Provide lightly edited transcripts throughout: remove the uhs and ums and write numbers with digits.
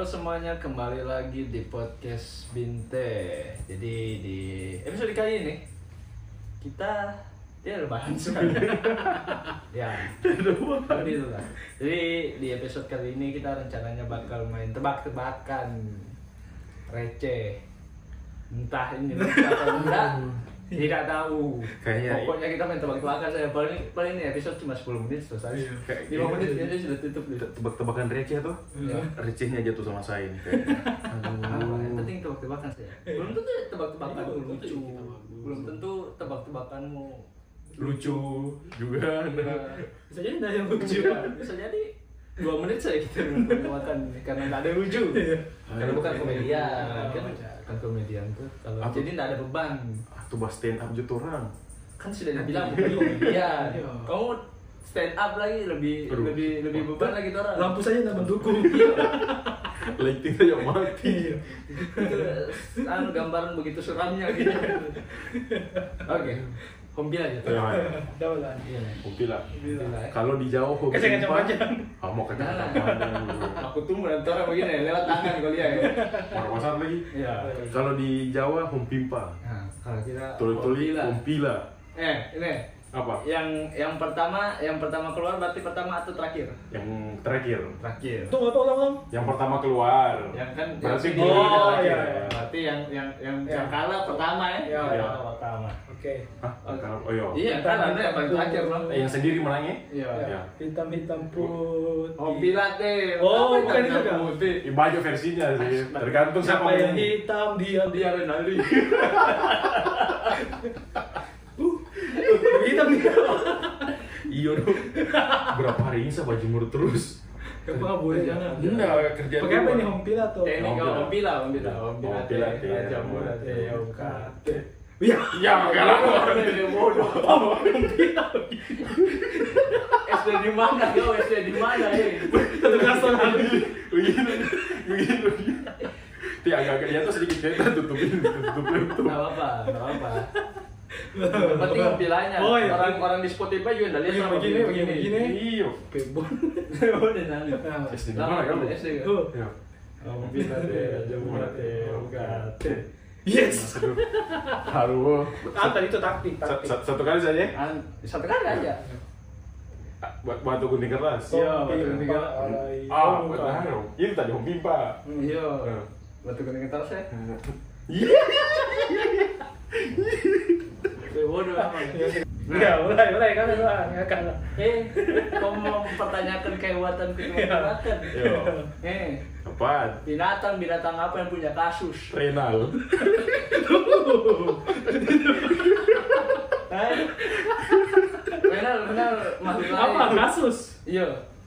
Halo semuanya, kembali lagi di podcast Binte. Jadi di episode kali ini kita rebahan sekali. Ya, seperti itulah. Jadi di episode kali ini kita rencananya bakal main tebak-tebakan receh. Entah ini atau enggak, tidak tahu. Kayaknya Pokoknya kita main tebak-tebakan saya. Paling ini episode cuma 10 menit selesai. 5 menit ini sudah tutup gitu. tebak-tebakan receh tuh. Iya. Recehnya jatuh sama saya ini kayaknya. Apa? Yang penting tebak-tebakan saya. Belum tentu tebak-tebakan lucu. Belum tentu tebak-tebakanmu Lucu juga. Bisa jadi ada yang lucu. Bisa jadi 2 menit saja kita tebak-tebakan karena nggak ada lucu. Karena bukan komedian kan komedian tuh kalau Apa? jadi nggak ada beban. Tuh bahas stand up juta orang. Kan sudah dibilang bukan komedian. Kamu stand up lagi lebih Aduh. lebih beban lagi tuh orang. Lampu saja tidak mendukung. Lighting saja mati. Itu gambaran begitu suramnya gitu. Oke. Hompil aja tuh. Ya, Daulah. Iya. Hobi lah. Hompil lah. Kalau di Jawa hobi Kacang-kacang simpan. panjang. Mau kacang Jangan. panjang. Aku tunggu nanti orang begini lewat tangan kuliah ya. Pasar lagi. Iya. Kalau di Jawa hompimpa. Nah, kalau kita Tuli-tuli hompil lah. hompila. Ini Apa? yang pertama keluar berarti pertama atau terakhir? Yang terakhir. Terakhir. Tolong. Yang pertama keluar. Yang kan Berarti yang di sini terakhir. iya. Berarti yang kalah pertama ya. Iya. Yang pertama. Oke. Hah? Oh iya. Iya, kan ada yang paling terakhir loh. Yang sendiri menangnya? Iya. Iya. Hitam putih. Hompila deh. Oh, Apa bukan yang itu kan? putih? Banyak versinya sih. Tergantung Siapa yang ngomong. hitam dia Dia Renaldi. hitam dia. Iya dong. Berapa hari ini saya jemur terus? Kamu nggak boleh jangan. Enggak, kerja Pakai apa dulu. ini hompila atau? Teknik Hompila. hompila Hompila hompila teh, jamur teh Kate. Iya. Ya, enggak bodoh. SD di mana? Kau SD di mana Satu kasur lagi. Begini. Ti agak-agak dia tuh sedikit beda tutup. Nggak apa-apa. Yang penting hompilanya. Oh, iya. Orang di Spotify juga nggak lihat sama Begini. Iya. Kebon. Udah nanti. SD di mana kamu? SD kan? Oh. Ya. Hompila teh jamur teh kate. Yes. Aduh. Haru. Tadi itu taktik. Satu kali saja. Satu kali aja. Batu gunting keras. Iya, batu gunting keras. Benar. Ini tadi hompimpa. Iya. Batu gunting keras ya. Bodoh amat. Enggak, mulai kan akan. Kau mau mempertanyakan kehebatan ketebak-tebakan? Iya. Apaan? Binatang apa yang punya kasus? Renal. Renal makhluk lain. Apa kasus? Iya.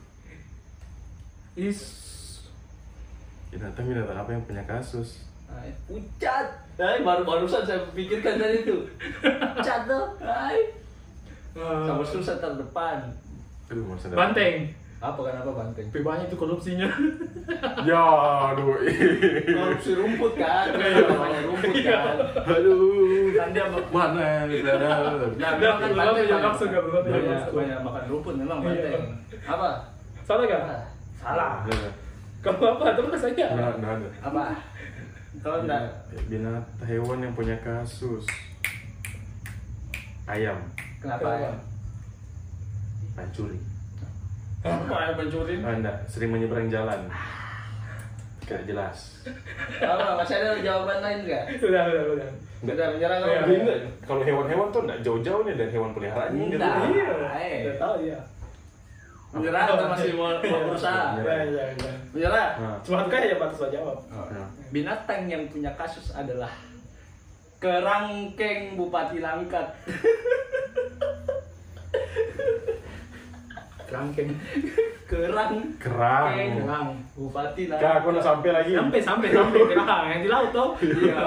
Binatang apa yang punya kasus? Pucat. Barusan saya pikirkan tadi itu. Pucat tuh. Sama susah terdepan. Aduh, masa Banteng. Apa kenapa banteng? Lebih banyak itu korupsinya. Ya, aduh. Korupsi rumput kan? Namanya rumput kan? Aduh. Kan dia Mana negara? Nah, Udah, memang kan belum banteng punya kan? maksud, nggak, belum punya Banyak- maksud. banyak makan rumput memang Iya. banteng. Apa? Salah gak? Salah. Kamu apa? Terus saya. Nggak ada. Apa? Kalau enggak Binatang hewan yang punya kasus. Ayam. kenapa ya? Pencuri. Apa yang pencuri? Enggak, sering menyeberang jalan. Tidak jelas. Apa? Masih ada jawaban lain enggak? Udah. Udah menyerah Iya. kamu? Enggak, kalau hewan-hewan tuh enggak jauh-jauh nih dari hewan peliharaannya gitu. Enggak. Iya. Eh. Udah tahu ya. Menyerah atau masih mau berusaha? Ya. Menyerah. Nah, Cuma kayak ya batas saya jawab. nah. Binatang yang punya kasus adalah kerangkeng Bupati Langkat. Kerangkeng. Kerang Kerang. Bupati Kak, Langkat. aku udah sampai lagi. Sampai kerang yang di laut toh. Iya.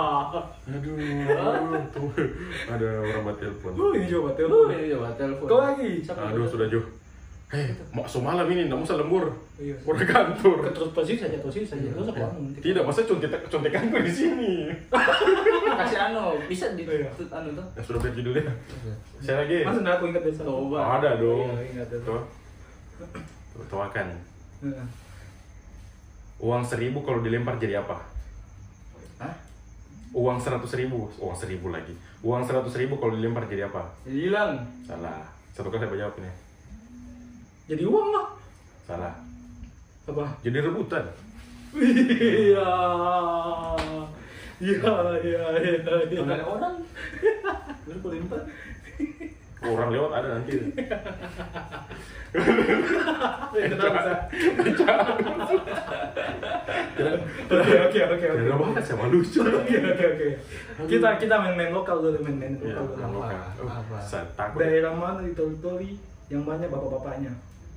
Aduh, tuh. Ada orang buat telepon. Ini coba Oh, telepon. ini coba telepon. Kau lagi. Siapa Aduh, itu? sudah jauh. Mau semalam ini, enggak usah lembur. Iya. Udah kantor. Terus posisi saja. Terus apa? Tidak, masa contekanku di sini. Kasih anu, bisa di Iya. anu tuh. Ya sudah beri judulnya. Saya lagi. Masa aku ingat desa. Coba. Ada dong. Iya, ingat desa. Tuh. Tuh akan. Uang 1.000 kalau dilempar jadi apa? Hah? Uang 100.000 lagi. Uang 100.000 kalau dilempar jadi apa? Hilang. Salah. Satu kali saya jawab ini. Jadi uang lah. Salah. Apa? Jadi rebutan. Iya. Iya. Kalau ada orang, lu boleh lempar. Orang lewat ada nanti. Kenapa? Oke. Tidak banget sama lucu. Oke. Kita main lokal dulu, main Iya, lokal dulu. Apa? Saya takut. Daerah mana di Tori yang banyak bapak-bapaknya?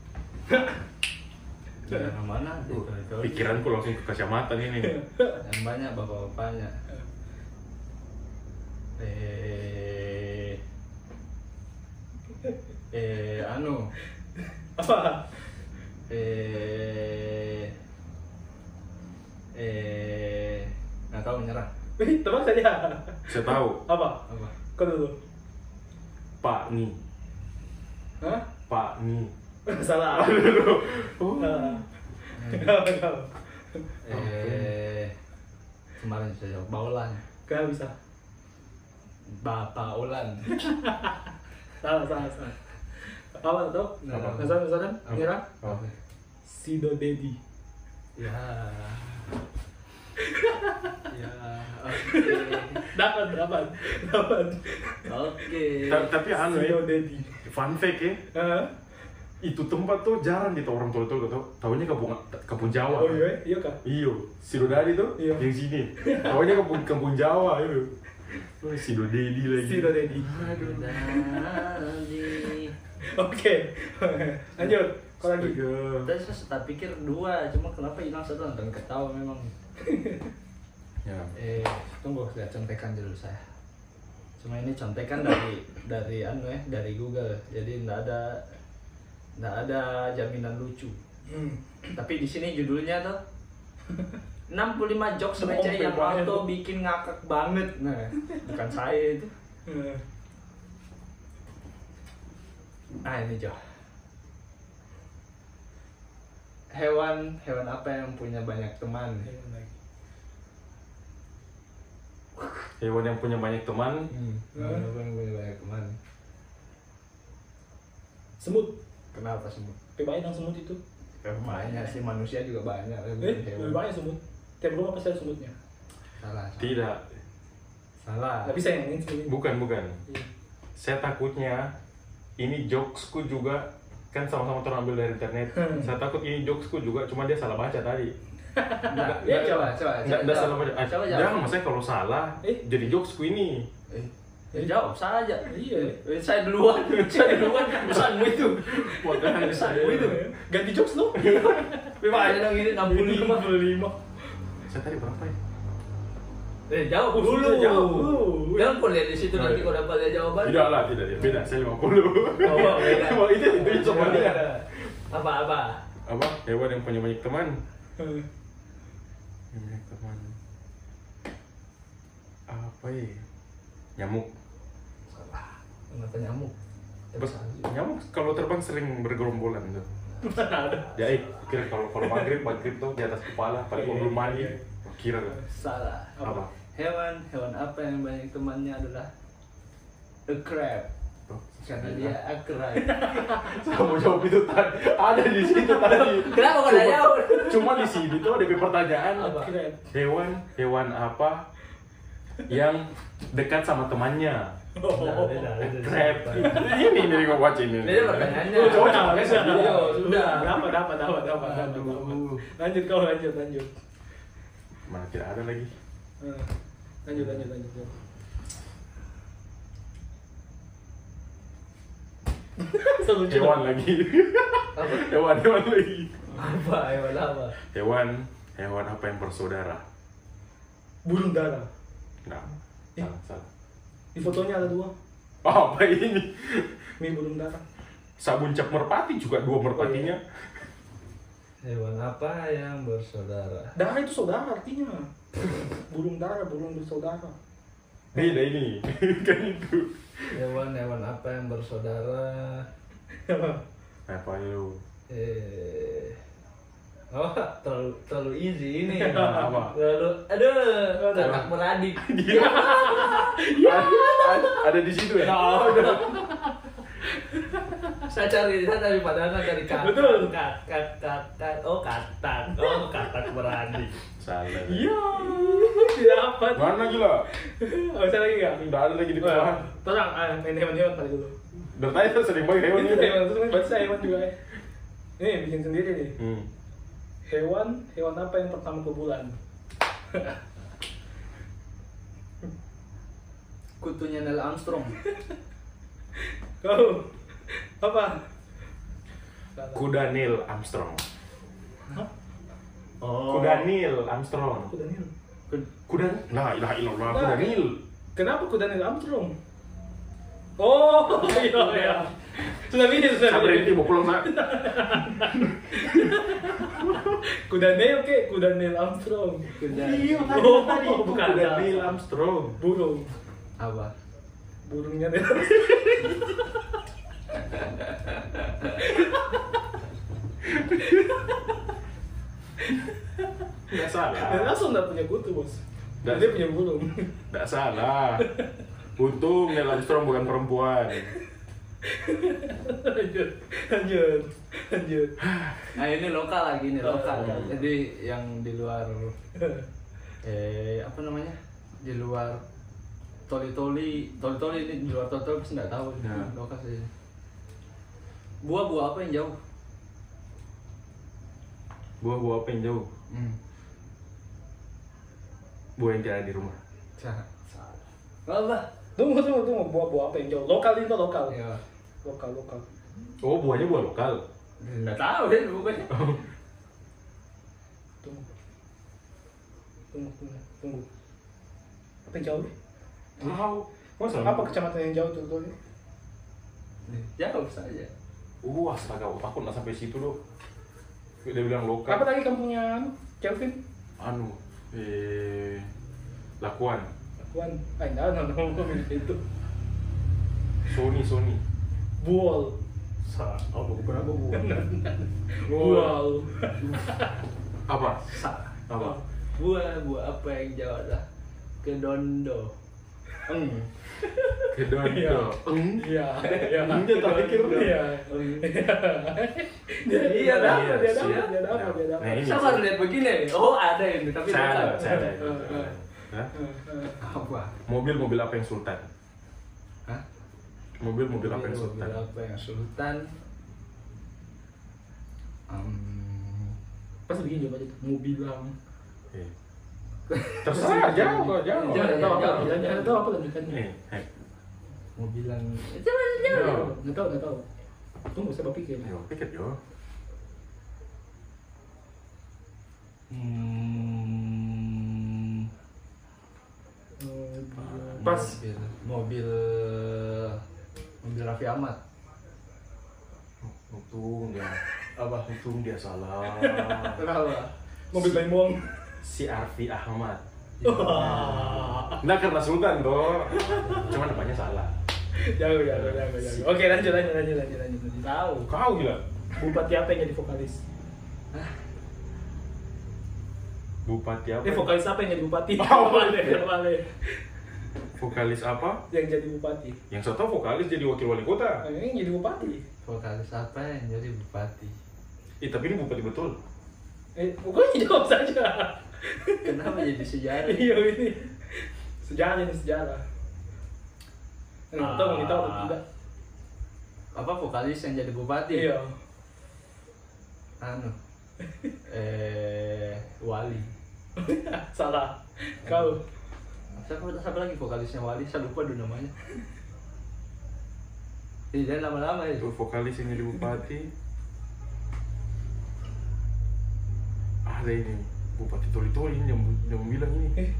Daerah mana? Pikiranku langsung ke kecamatan ini. Yang banyak bapak-bapaknya. Anu. Apa? Nggak tahu, menyerah. Tebak saja. Saya tahu. Apa? Apa? Kau dulu. Pak Ni. Hah? Pak Ni. Salah. Oh. Kau. Kemarin saya jawab Baulan. Kau bisa. Bapak Ulan. Salah. Apa tuh? Apa? Misalkan, Mira? Oh. Sido Dedi. Ya. Ya. Oke. Dapat. Oke. Tapi anu ya, Sido Dedi. fun fact ya, itu tempat tuh jarang gitu orang tua tuh taunya kampung Jawa. Oh iya kah? Iyo, Sidodadi tuh Iya. yang sini. Taunya kampung Jawa itu. Oh, Sidodedi lagi. Sido Dedi. Aduh, Dadi. Oke. Lanjut. Kau lagi. Astaga. Tadi saya tak pikir 2, cuma kenapa hilang 1 dan ketawa memang. Ya. Tunggu, lihat contekan dulu saya. Cuma ini contekan dari anu ya, dari Google. Jadi nggak ada jaminan lucu. Tapi di sini judulnya tuh 65 jokes receh yang auto bikin ngakak banget. Nah, bukan saya itu. Nah, ini Jo. Hewan apa yang punya banyak teman? Hewan yang punya banyak teman. Hewan apa yang punya banyak teman? Semut. Kenapa semut? Kebanyakan semut itu. Banyak sih, manusia juga banyak. Lebih banyak semut. Tiap rumah pasti ada semutnya. Salah. Tidak. Salah. Tapi sayangin semut. Bukan. Iya. Saya takutnya ini jokesku juga kan sama-sama terambil dari internet. Saya takut ini jokesku juga, cuma dia salah baca tadi. Ya, coba. Nggak salah baca. Coba jawab. Jangan, maksudnya kalau salah, jadi jokesku ini. Ya, jawab, salah aja. Iya. Saya duluan, pesanmu itu. Pesanmu itu. Ganti jokes lo. Memang aja dong ini 65. Saya tadi berapa ya? Jawab dulu. Jangan kau lihat di situ nanti kau dapat lihat jawaban. Tidak lah, tidak. Beda, saya 50. Oh, beda. Emang itu sama dia. Apa? Apa? Hewan yang punya banyak teman. Yang banyak teman. Apa ya? Nyamuk. Salah. Kenapa nyamuk? Nyamuk kalau terbang sering bergerombolan tuh. Ya, kira kalau maghrib tuh di atas kepala, paling belum mandi. Kira Salah. apa? Hewan apa yang banyak temannya adalah a crab. Karena dia akrab. Saya mau jawab itu tadi. Ada di situ tadi. Kenapa kau nggak jawab? Cuma di sini tuh ada pertanyaan. Apa? Hewan apa yang dekat sama temannya? Beda. Crab. Ini dari gua baca ini. Beda pertanyaannya. Sudah. Dapat. Aduh. Lanjut kau lanjut. Mana tidak ada lagi. Lanjut. Hewan lagi. Apa? Hewan lagi. Hewan apa? Hewan apa yang bersaudara? Burung dara. Nah, salah. Di fotonya ada 2. Apa ini? Mie burung dara. Sabun cap merpati juga 2 merpatinya. Hewan apa yang bersaudara? Dara itu saudara artinya. Burung dara, burung bersaudara. Beda ini. Kan itu. Hewan apa yang bersaudara? Apa lu? Oh, terlalu easy ini. Apa? Aduh, kakak beradik. Ada di situ ya? Saya cari padahal dari kakak. Betul. Kakak beradik. Salah. Iya. Tidak apa. Mana gila? Oh, bisa lagi nggak? Nggak ada lagi di kepala. Tenang, main hewan-hewan kali dulu. Dari tadi tuh sering banget hewan Ini ini. hewan, terus baca hewan juga ya. Nih, bikin sendiri nih. Hewan apa yang pertama ke bulan? Kutunya Neil Armstrong. Kau apa? Salah. Kuda Neil Armstrong. Hah? Oh. Kuda Neil Armstrong. Kuda Neil. Kuda. La ilaha illallah. Kuda Neil. Kenapa kuda Neil Armstrong? Oh, iya. Sudah Saya berhenti mau pulang nak. Kuda Neil kuda Neil Armstrong. Iya Oh, tadi. bukan. Kuda Neil Armstrong. Burung. Apa? Burungnya Neil Armstrong. Nggak salah. Neil Armstrong nggak punya kutu, bos. Nggak. Dia punya burung. Nggak salah. Untung Neil Armstrong bukan perempuan. Lanjut. Nah ini lokal lagi nih lokal. Jadi yang di luar apa namanya? Di luar toli-toli ini di luar toli pasti nggak tahu. Ya. Lokal sih. Buah-buah apa yang jauh? Buah-buah apa yang jauh? Buah yang tidak ada di rumah. Salah. Apa? Tunggu. Buah-buah apa yang jauh? Lokal itu lokal. Ya. Lokal. Oh, buahnya buah lokal. Nggak tahu deh bukannya. Tunggu. Apa yang jauh? Tahu. Masa? Apa kecamatan yang jauh tuh? Jauh saja. Astaga, takut nggak sampai situ loh. Dia bilang lokal. Apa tadi kampungnya Kelvin? Lakuan. Lakuan. Enggak itu. Sony. Buol. Oh, berapa buah? Buol. Apa? Apa? Buah apa yang jauh adalah Kedondo. Kedondo. Iya. Dia tak pikir tuh. Iya. Dia dapat. Nah, ini Saya baru lihat begini. Oh ada ini tapi Saya bukan. ada. Hah? Apa? Mobil apa yang sultan? Hah? Mobil apa yang sultan? Mobil apa yang sultan? Pas bikin coba aja mau bilang. Terserah, jawab. Jangan tahu apa lanjutannya. Mau bilang Nggak tahu. Tunggu saya berpikir. Ayo, pikir yo. Pas. Mobil Raffi Ahmad. Untung dia salah. Kenapa? Mobil Baimuang. Si Arfi Ahmad. Nah karena sultan toh. Cuma namanya salah. Jauh. Oke, lanjut. Tahu. Kau gila. Bupati apa yang jadi vokalis? Bupati apa? Vokalis apa yang jadi bupati? Boleh. Vokalis apa? Yang jadi bupati. Yang saya tahu vokalis jadi wakil wali kota. Yang jadi bupati. Vokalis apa yang jadi bupati? Tapi ini bupati betul. Pokoknya jawab saja. Kenapa jadi sejarah? Iya ini. Sejarah. Nggak tahu mau tahu atau tidak. Apa vokalis yang jadi bupati? Iya. Wali. Salah. Kau. Siapa lagi vokalisnya Wali? Saya lupa dulu namanya. Jangan lama-lama ya. Itu vokalis yang jadi bupati. Ada ini Bupati Toli-Toli yang bilang ini.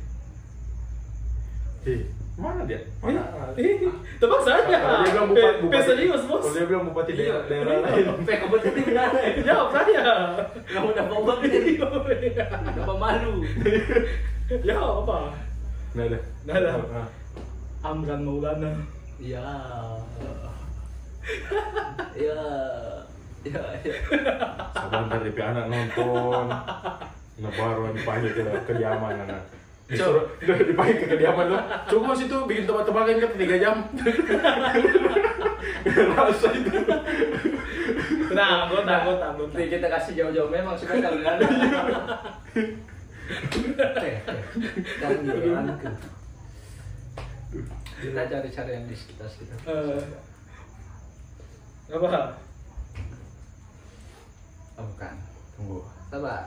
Mana dia? Mana? Tebak saja. Kalau dia bilang bupati. Serius, bos. Kalau dia bilang bupati daerah lain. Kebetulan di mana? Jawab saja. Kamu udah bawa ini. Udah malu. Jawab apa? Nggak ada. Amran Maulana. Iya. Iya. Iya. Sebentar DP anak nonton. Nah baru dipanggil ke kediaman anak. Disuruh dipanggil ke kediaman tuh. Coba situ bikin tebak-tebakan kan 3 jam. Rasa itu. Nah, anggota. Nih kita kasih jauh-jauh memang suka kalau nggak ada. Dan giliranku. Kita cari-cari yang di sekitar. Apa? Oh, bukan. Tunggu. Sabar.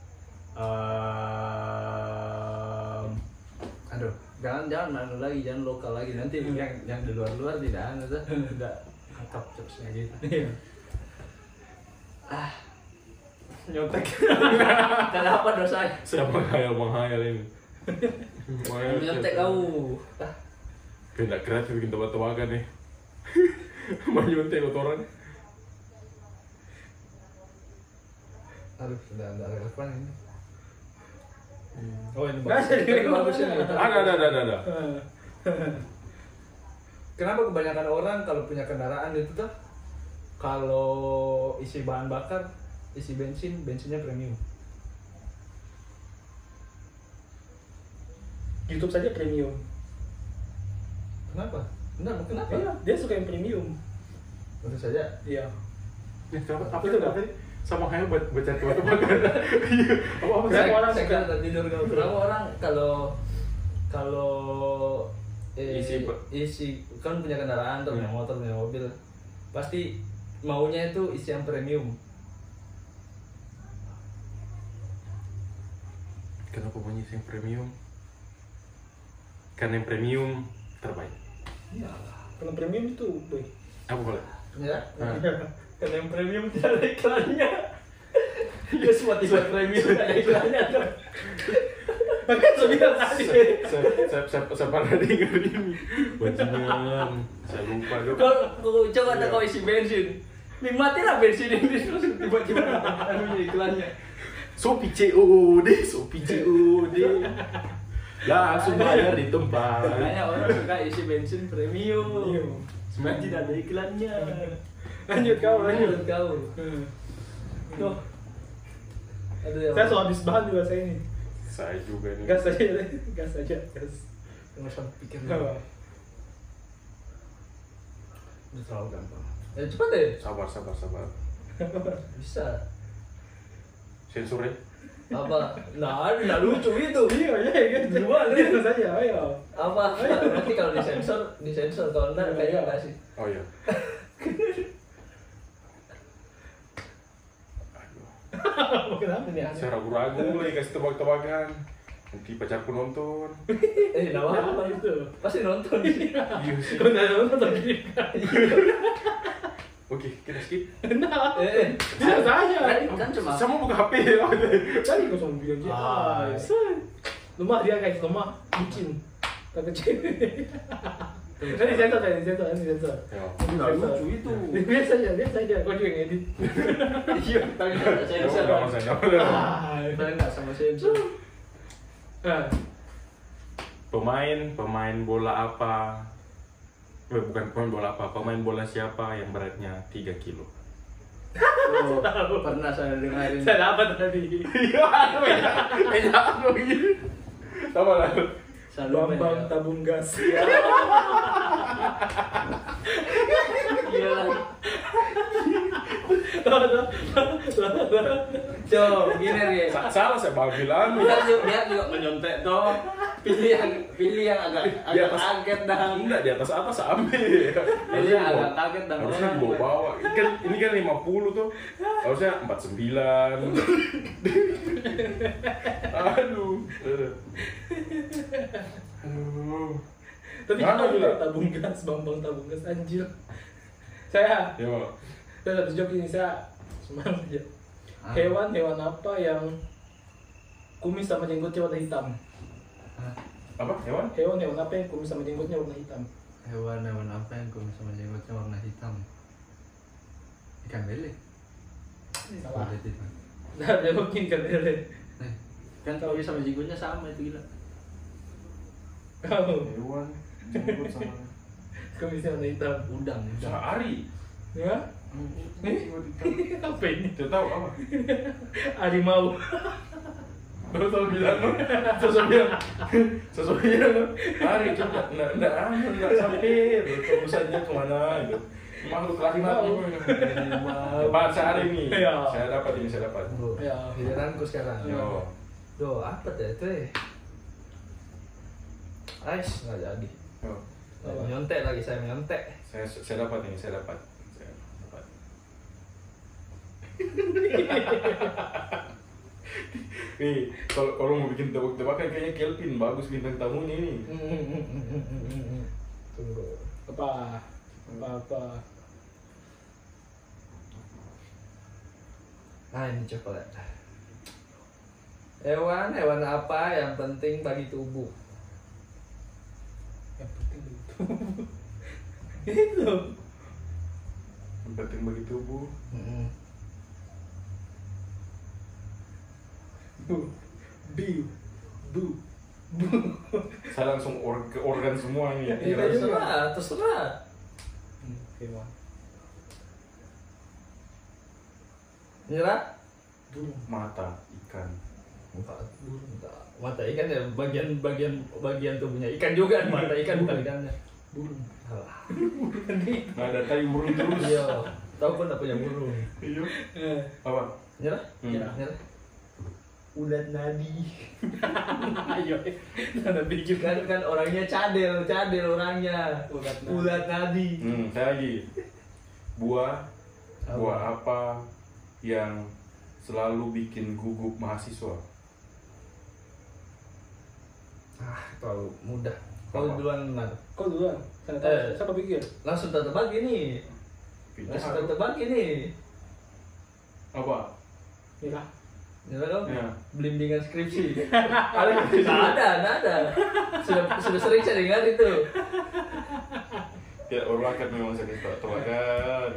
Aduh, jangan anu lagi, jangan lokal lagi. Nanti yang di luar tidak anu tuh. Tidak angkap jokesnya gitu. Nyontek. Kenapa dosa? Saya menghayal ini. Nyontek kau. Tidak kreatif bikin tebak-tebakan nih. Mau nyontek orang. Aduh, sudah ada relevan ini. Oh, ini bagus ini. Ada. Kenapa kebanyakan orang kalau punya kendaraan itu tuh kalau isi bahan bakar, isi bensinnya premium? YouTube saja premium. Kenapa? Benar, kenapa? Iya, dia suka yang premium. Tentu saja. Iya. Apa itu tadi? Sama kayak baca tebak-tebakan. Iya. Apa Kenapa orang saya suka? tidur kalau kenapa orang kalau isi kan punya kendaraan atau punya motor, punya mobil, pasti maunya itu isi yang premium. Kenapa punya yang premium? Karena yang premium terbaik. Ya. Kalau premium itu, boy. Apa boleh? Ya. Karena yang premium tidak ada iklannya. Ya Spotify premium tidak ada iklannya. Makanya saya bilang tadi. Saya pernah dengar ini. Bajingan. Saya lupa dong. Kalau coba kau isi bensin, nikmatilah bensin ini terus tiba-tiba ada iklannya. Shopee COD. Langsung bayar di tempat. Makanya orang suka isi bensin premium. Sebenarnya tidak ada iklannya. Lanjut kau. Tuh. Saya soal habis bahan juga saya ini. Saya juga nih. Gas aja. Nggak usah pikir. Apa? Udah terlalu gampang. Ya cepat deh. Sabar. Bisa. Sensor ya? Apa? Nah, nggak lucu itu. Iya, gitu. Gitu saja, ayo. Apa? Nanti kalau disensor kalau enggak kayaknya nggak sih. Oh iya. Kenapa nih? Saya ragu-ragu lagi kasih tebak-tebakan. Nanti pacarku nonton. Apa itu? Pasti nonton sih. Iya sih. Kau nggak nonton tadi? Oke, kita skip. Nah, Bisa saja. Kan cuma. Saya mau buka HP. Tadi kau sama bilang dia. Lemah dia guys, lemah, licin, tak kecil. Nanti sensor. Ya. Nggak lucu itu. Biasa aja. Kau juga ngedit. Iya, tapi nggak sensor. Tapi nggak sama sensor. Pemain bola apa? Bukan pemain bola apa? Pemain bola siapa yang beratnya 3 kilo? Oh, pernah saya dengarin. Saya dapat tadi. Iya, begini. Sama lah. Bambang tabung gas. Iya lagi. Coba gini nih. Salah saya bilang. Biar juga menyontek toh. Pilih yang agak kaget dah. Enggak, di atas ambil. Pilih yang agak kaget dah. Harusnya dibawa. Ini kan 50 tuh. Harusnya 49. Aduh. Tapi Mana juga? tabung gas, bambang tabung gas anjir. Saya Yo. satu jawab ini saya semangat aja. Hewan apa yang kumis sama jenggotnya warna hitam? Apa? Hewan? Hewan apa yang kumis sama jenggotnya warna hitam? Hewan apa yang kumis sama jenggotnya warna hitam? Ikan lele. Salah. Kulit itu. Nah, dia mungkin kan lele. Kan kalau sama jenggotnya sama itu gila. Kau Hewan. Jenggot sama. kumisnya warna hitam. Udang. Sama Ari. Ya? Apa ini? Tidak tahu apa. Harimau. Sosok bilang, sosok bilang, hari coba, nggak sampai, tembusannya kemana gitu. Makhluk laknat. Bahasa hari ini, Iya. saya dapat. Ya, giliranku sekarang. Yo, Duh, apa tuh ya? Ais, nggak jadi. yo, Nyontek lagi, saya nyontek. saya dapat. Nih, kalau mau bikin tebak-tebakan kayaknya Kelvin bagus bintang tamunya ini. Tunggu. Apa? Nah, ini coklat. Hewan apa yang penting bagi tubuh? Yang penting itu. Itu. Yang penting bagi tubuh. Bu. Saya langsung ke organ semua ini ya. Iya, terserah. Hewan. Nyerah? Mata ikan. Mata ikan ya bagian tubuhnya ikan juga, mata ikan bukan ikannya. Burung. Salah. Nggak ada tai burung terus. Iya, tahu pun tak punya burung. Iya. Apa? Nyerah? Nyerah. Nyerah. Ulat nadi. Ayo. Ada pikir Kan orangnya cadel orangnya. Ulat nadi. Saya lagi. Buah apa yang selalu bikin gugup mahasiswa? Terlalu mudah. Kau Apa? duluan mana? Kau duluan. Siapa pikir? Langsung tebak gini. Langsung tebak gini. Apa? Mira. Nyerah dong? Ya. Blimbingan skripsi. Nggak ada. Sudah sering saya dengar itu. Ya, orang akan memang sakit tebakan.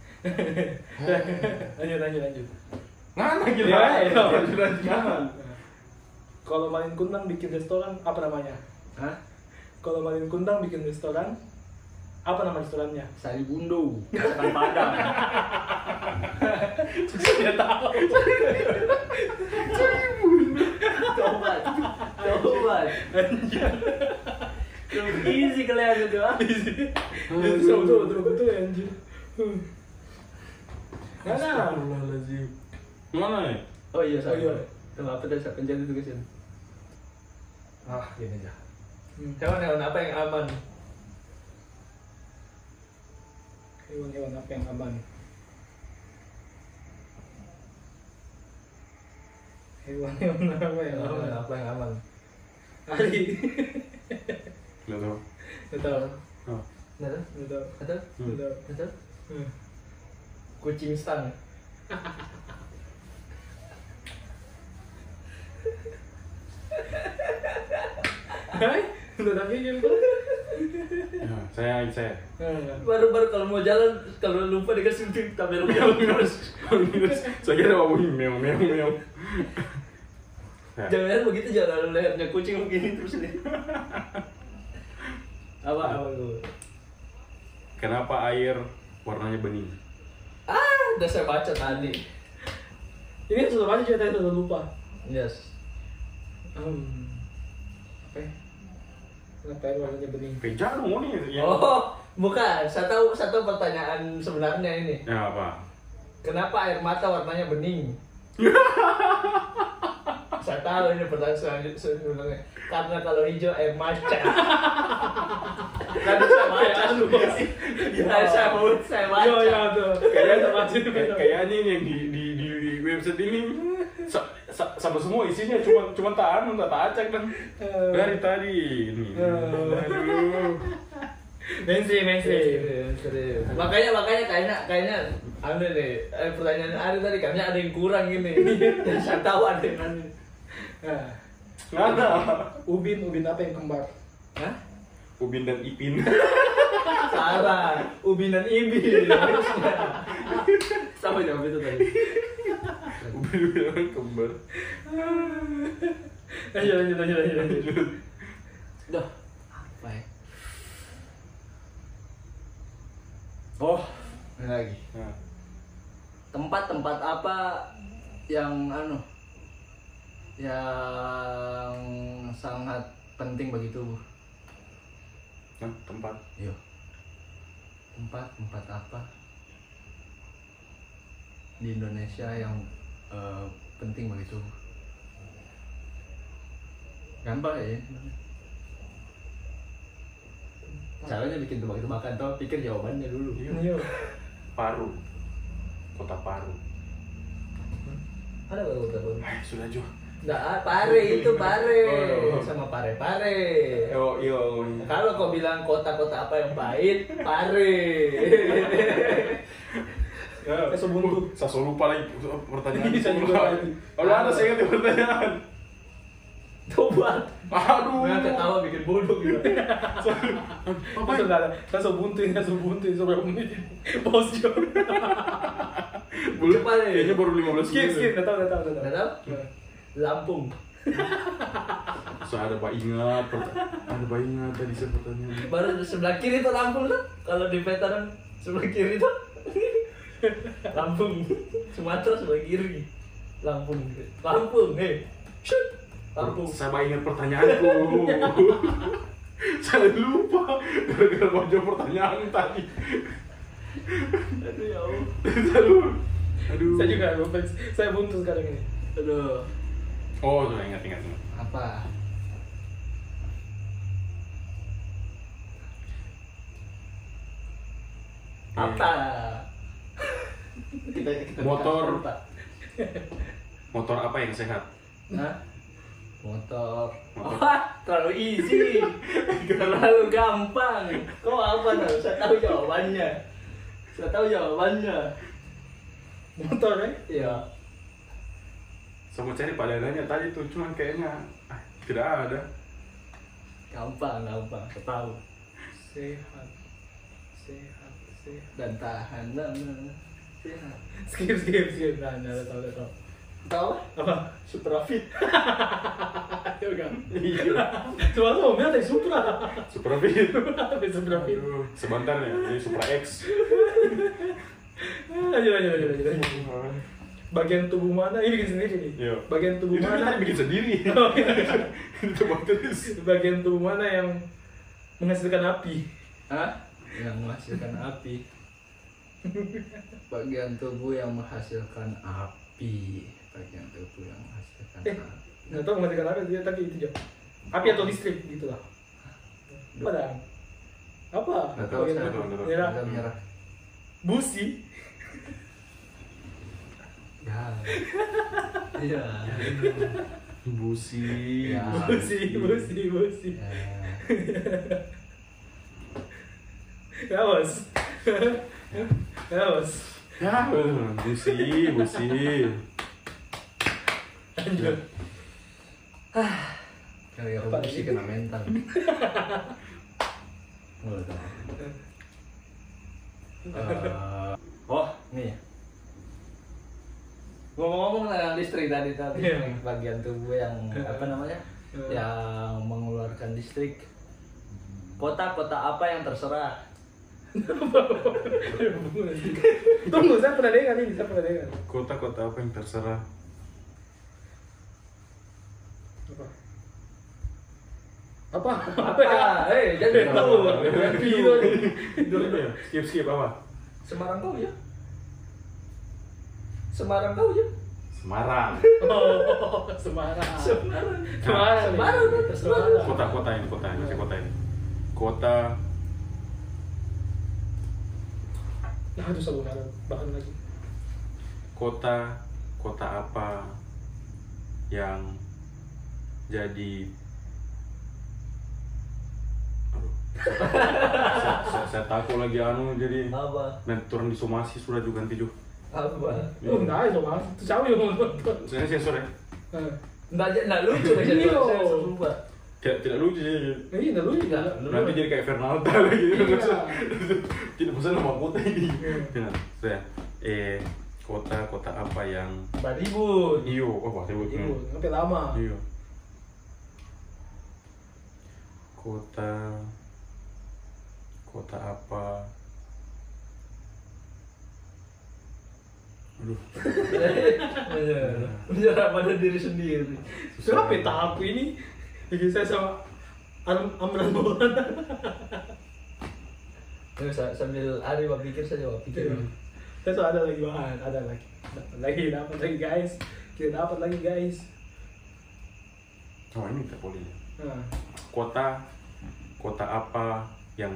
Lanjut. Ngana gitu. Ya, Lanjut. Kalau Malin Kundang bikin restoran, apa namanya? Hah? Kalau Malin Kundang bikin restoran, apa nama restorannya? Sari Bundo. Masakan Padang. Dia tahu. Tobat. Easy kalian itu. Betul anjir. Mana? Astagfirullahaladzim. Mana nih? Oh iya, Oh iya. Kenapa tadi saya pencet itu kesin? Gini aja. Hewan apa yang aman? Hewan apa yang aman? Hewan apa yang aman? Apa yang aman? Ali. Nggak tahu. Betul. Oh. Betul? Betul. Betul? Betul. Betul? Hmm. Kucing stang. Hai, udah tapi gitu. Ya, saya. Baru kalau mau jalan, kalau lupa dikasih tip tabel minus. Saya kira mau bunyi meong. Ya. Jangan begitu, jangan lehernya kucing begini terus nih. Apa lu? Kenapa air warnanya bening? Udah saya baca tadi. Ini sudah banyak cerita itu udah lupa. Yes. Apa ya? Kenapa air warnanya bening? Beja dong nih. Ya. Oh, bukan. Saya tahu pertanyaan sebenarnya ini. Ya apa? Kenapa air mata warnanya bening? Saya tahu ini pertanyaan sebenarnya. Karena kalau hijau air maca. Tadi saya baca lu. Saya baca. Iya tuh. Kayaknya ini yang di website ini sama semua isinya cuma tak acak dan dari tadi ini. Aduh. Mainstream. Serius. Makanya kayaknya anu nih, pertanyaan Ari tadi kayaknya ada yang kurang gini. Jadi saya tahu ada yang anu. Nggak ada. Ubin apa yang kembar? Hah? Ubin dan Ipin. Salah. Ubin dan Ibin. Sama jawab itu tadi. Ubin kembar. Lanjut. Dah. Apa ya? Oh, ini lagi. Nah. tempat apa yang yang sangat penting bagi tubuh. Tempat. Iya. Tempat apa di Indonesia yang penting bagi tubuh? Gampang ya. Caranya bikin tebak-tebakan toh, pikir jawabannya dulu. Iya. Paru. Kota Paru. Ada baru baru. Sudah Jo. Nggak, Pare itu Pare. Oh. Sama Pare. Iya. Kalau kau bilang kota-kota apa yang pahit, Pare. Ya, Buntu. saya lupa lagi pertanyaan. Saya juga lagi. Kalau ada saya ingat pertanyaan. Tobat. Aduh. Nggak ketawa bikin bodoh gitu. Apa itu nggak ada? Saya buntu sampai menit. Pause Jo. Belum. Cepat ya. Kayaknya baru 15 menit. Skip. Nggak tahu. Nggak tahu? Lampung. Saya ada ingat tadi saya pertanyaan. Baru sebelah kiri tuh Lampung tuh. Kalau di peta kan sebelah kiri tuh. Lampung. Sumatera sebelah kiri. Lampung. Shoot. Lampung. Saya ingat pertanyaanku. Saya lupa gara-gara mau jawab pertanyaan tadi. Aduh ya Allah. Aduh. Saya juga saya buntu sekarang ini. Aduh. Oh, sudah ingat. Apa? Apa? Kita Motor. Pak. Motor apa yang sehat? Hah? Motor. Wah, terlalu easy. Terlalu gampang. Kau apa dah? Saya tahu jawabannya. Motor ya? Iya. Sama cari padanannya tadi tuh, cuman kayaknya tidak ada. Gampang. Saya tahu. Sehat. Dan tahan. Sehat. Skip. Nah, tahu. Tahu? Apa? Suprafit. Juga. Iya. Cuma tuh tadi Supra. Superfit. Supra. Aduh, sebentar ya, ini Supra X. Lanjut. Bagian tubuh mana? Ini bikin sendiri nih. Iya. Bagian tubuh Itu mana? tadi bikin sendiri. Oh, iya. Itu bang terus. Bagian tubuh mana yang menghasilkan api? Hah? Yang menghasilkan api. Bagian tubuh yang menghasilkan api. Nggak tahu menghasilkan api dia tapi itu jawab. Api atau listrik gitulah. Apa dah? Apa? Nggak tahu, Bagian saya tubuh. nggak tahu. Merah. Merah. Busi. Ya. Iya. Busi. Ya. Busi. Ya. Ya bos. Ya, busi. Lanjut. Kayak Apa Robusi ini? kena mental. Nggak tahu. Oh, nih. Ngomong-ngomong tentang listrik tadi Iya. bagian tubuh yang apa namanya? Yang mengeluarkan listrik. Kota-kota apa yang terserah? Tunggu, saya pernah dengar. Kota-kota apa yang terserah? Apa? Jadi tahu. Skip apa? Semarang kau ya? Semarang kau ya? Semarang. Oh, Semarang. Kota ini. Kota. Nah, itu Semarang. Bahan lagi. Kota apa yang jadi saya takut lagi jadi Apa? nanti turun di somasi sudah juga ganti juga. Apa? Oh, enggak, itu Mas. Itu siapa yang mau nonton? Saya sensor ya. Nggak lucu kan jadi Iya. saya lupa. Tidak lucu sih. Ini enggak lucu kan? Nanti jadi kayak Fernalda lagi. Iya. Tidak pesan nama kota ini. Iya. Saya kota apa yang Baribun. iyo bahasa ibu. Ibu, sampai lama. Iyo. Kota apa? Aduh. Menyerah pada diri sendiri. Kenapa tahap ini? Jadi saya sama Amran Maulana. Terus sambil Ari pikir saja, pikir. Terus ada lagi bahan, dapat lagi guys. Kita dapat lagi guys. Oh ini kita boleh. Nah, Kota apa yang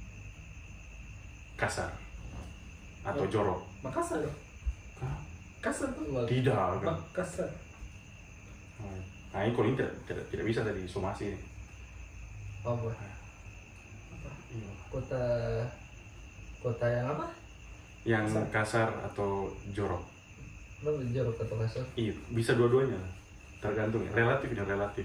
kasar atau jorok? Makassar dong. Hah? Kasar tuh. Tidak kan? Makassar. Nah ini kalau ini tidak bisa tadi somasi ini. Apa? Iya. Kota yang apa? Yang kasar atau jorok? Kenapa jorok atau kasar? Iya, bisa dua-duanya. Tergantung, relatif dan relatif.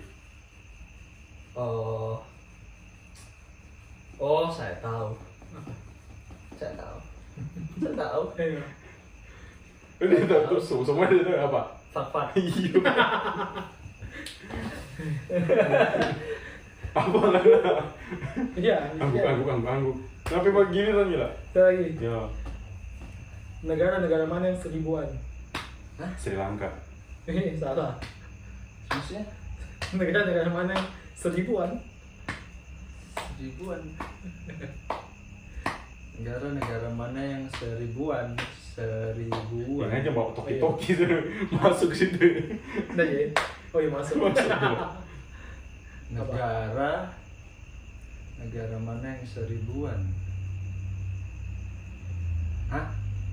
Oh, saya tahu. Ayo. Ini terus semua itu apa? Fak. Iya. Apa lah? Iya. Angguk. Tapi begini kan gila. Kita lagi. Ya, Negara mana yang seribuan? Sri Lanka. Salah. Maksudnya? Negara mana yang seribuan? Negara mana yang seribuan? Yang aja bawa toki-toki tuh masuk situ. Udah ya? Oh iya masuk. Negara mana yang seribuan? Hah?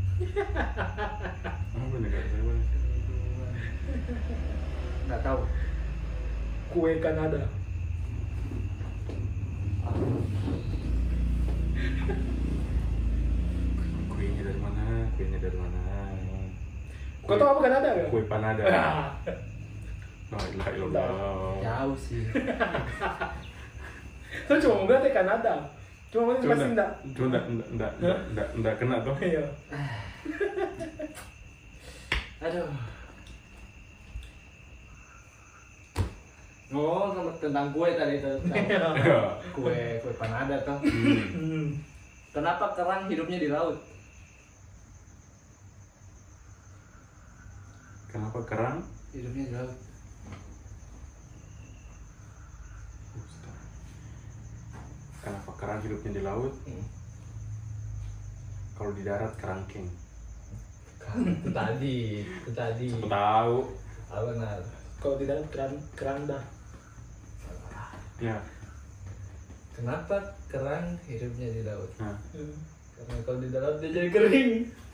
Apa negara seribuan? Nggak tahu. Kue Kanada. Kuenya dari mana? Kau tahu apa Kanada kan? Kue panada. La ilaha illallah. Jauh sih. Saya cuma mau bilang Kanada. Cuma masih enggak. Enggak kena tuh. Iya. Aduh. Oh, tentang kue tadi tuh. Kue panada tuh. Kenapa kerang hidupnya di laut? Kenapa kerang? Hidupnya di laut. Kenapa kerang hidupnya di laut? Kalau di darat kerangkeng. Itu tadi. Aku tahu. Ah, benar. Kalau tidak keranda. Ya. Kenapa kerang hidupnya di laut? Nah. Karena kalau di dalam dia jadi kering.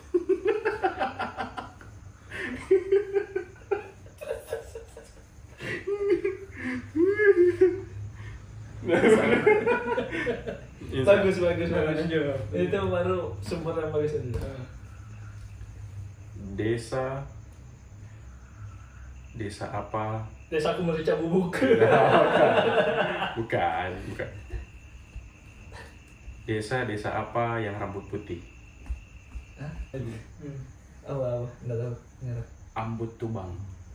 Bagus. Itu baru sumber yang bagus itu. Desa apa? Desaku merica bubuk. Bukan. Desa apa yang rambut putih? Hah? Apa? Nggak tahu. Ambut Tubang.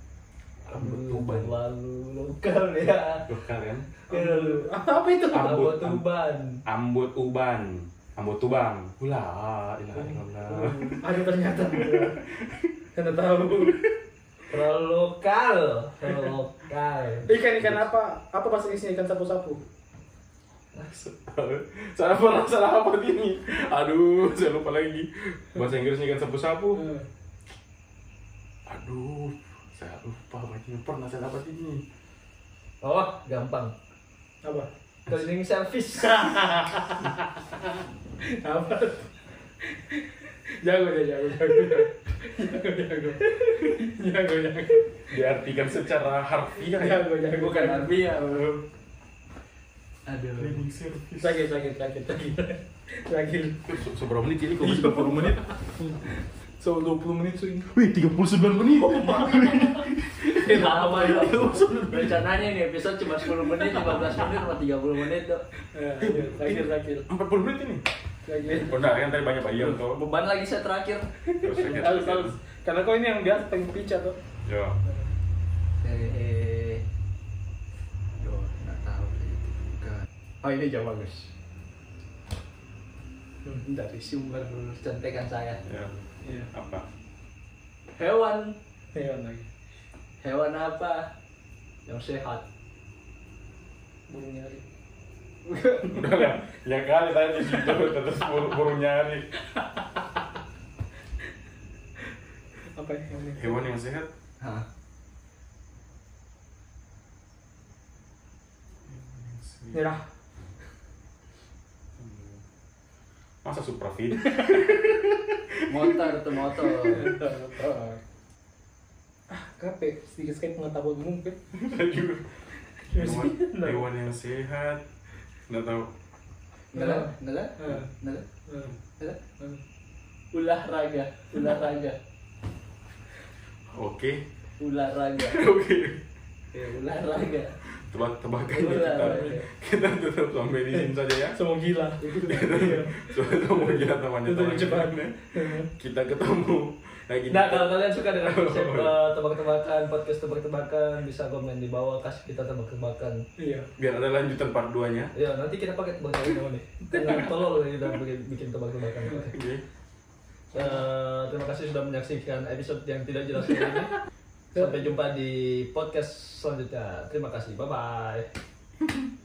Lalu lokal ya. Lokal kan? Apa itu? Ambut Tubang. Ulah, ilaha illallah. Ada ternyata. Karena tahu. Terlalu lokal. Ikan apa? Apa bahasa Inggrisnya ikan sapu-sapu? Salah apa ini? Aduh, saya lupa lagi. Bahasa Inggrisnya kan sapu-sapu. Aduh, saya lupa bacanya. Pernah saya dapat ini. Oh, gampang. Apa? Cleaning service. Apa? Jago. Diartikan secara harfiah ya. Jago. Bukan harfiah, belum. Aduh. Cleaning service. Sakit. Seberapa menit ini? Kok masih 20 menit? 20 menit sih. Wih, 39 menit. Lama ya. Rencananya nih episode cuma 10 menit, 15 menit, sama 30 menit tuh. Sakit. 40 menit ini. Benar kan tadi banyak bayang tuh. Beban lagi saya terakhir. Harus. Karena kau ini yang biasa pengen pica tuh. Ya. Duh, nggak tahu. Oh, ini jauh bagus. Dari sumber contekan saya. Ya. Iya. Apa? Hewan lagi. hewan apa yang sehat? Burung nyari. Udah lah, ya kali tadi di situ terus burung nyari. Apa ya yang ini? Hewan yang sehat? Hah? Merah. Masa Suprafit? Motor tuh motor. Kape sedikit sekali pengetahuan umum kan? Aduh. Hewan yang sehat. Nggak tahu. Nggak lah. Olahraga. Oke. Olahraga. Oke. Ya, olahraga. Tebak-tebakannya kita tetap sampai di sini saja ya. Semua gila. Soalnya mau gila temannya Itu cepat. kita ketemu lagi. Nah, kalau kalian suka dengan konsep tebak-tebakan, podcast tebak-tebakan, bisa komen di bawah, kasih kita tebak-tebakan. Iya. Biar ada lanjutan part 2-nya. Ya, nanti kita pakai tebak-tebakan nih. Karena tolol kita bikin tebak-tebakan. Oke. Terima kasih sudah menyaksikan episode yang tidak jelas ini. Sampai jumpa di podcast selanjutnya. Terima kasih. Bye-bye.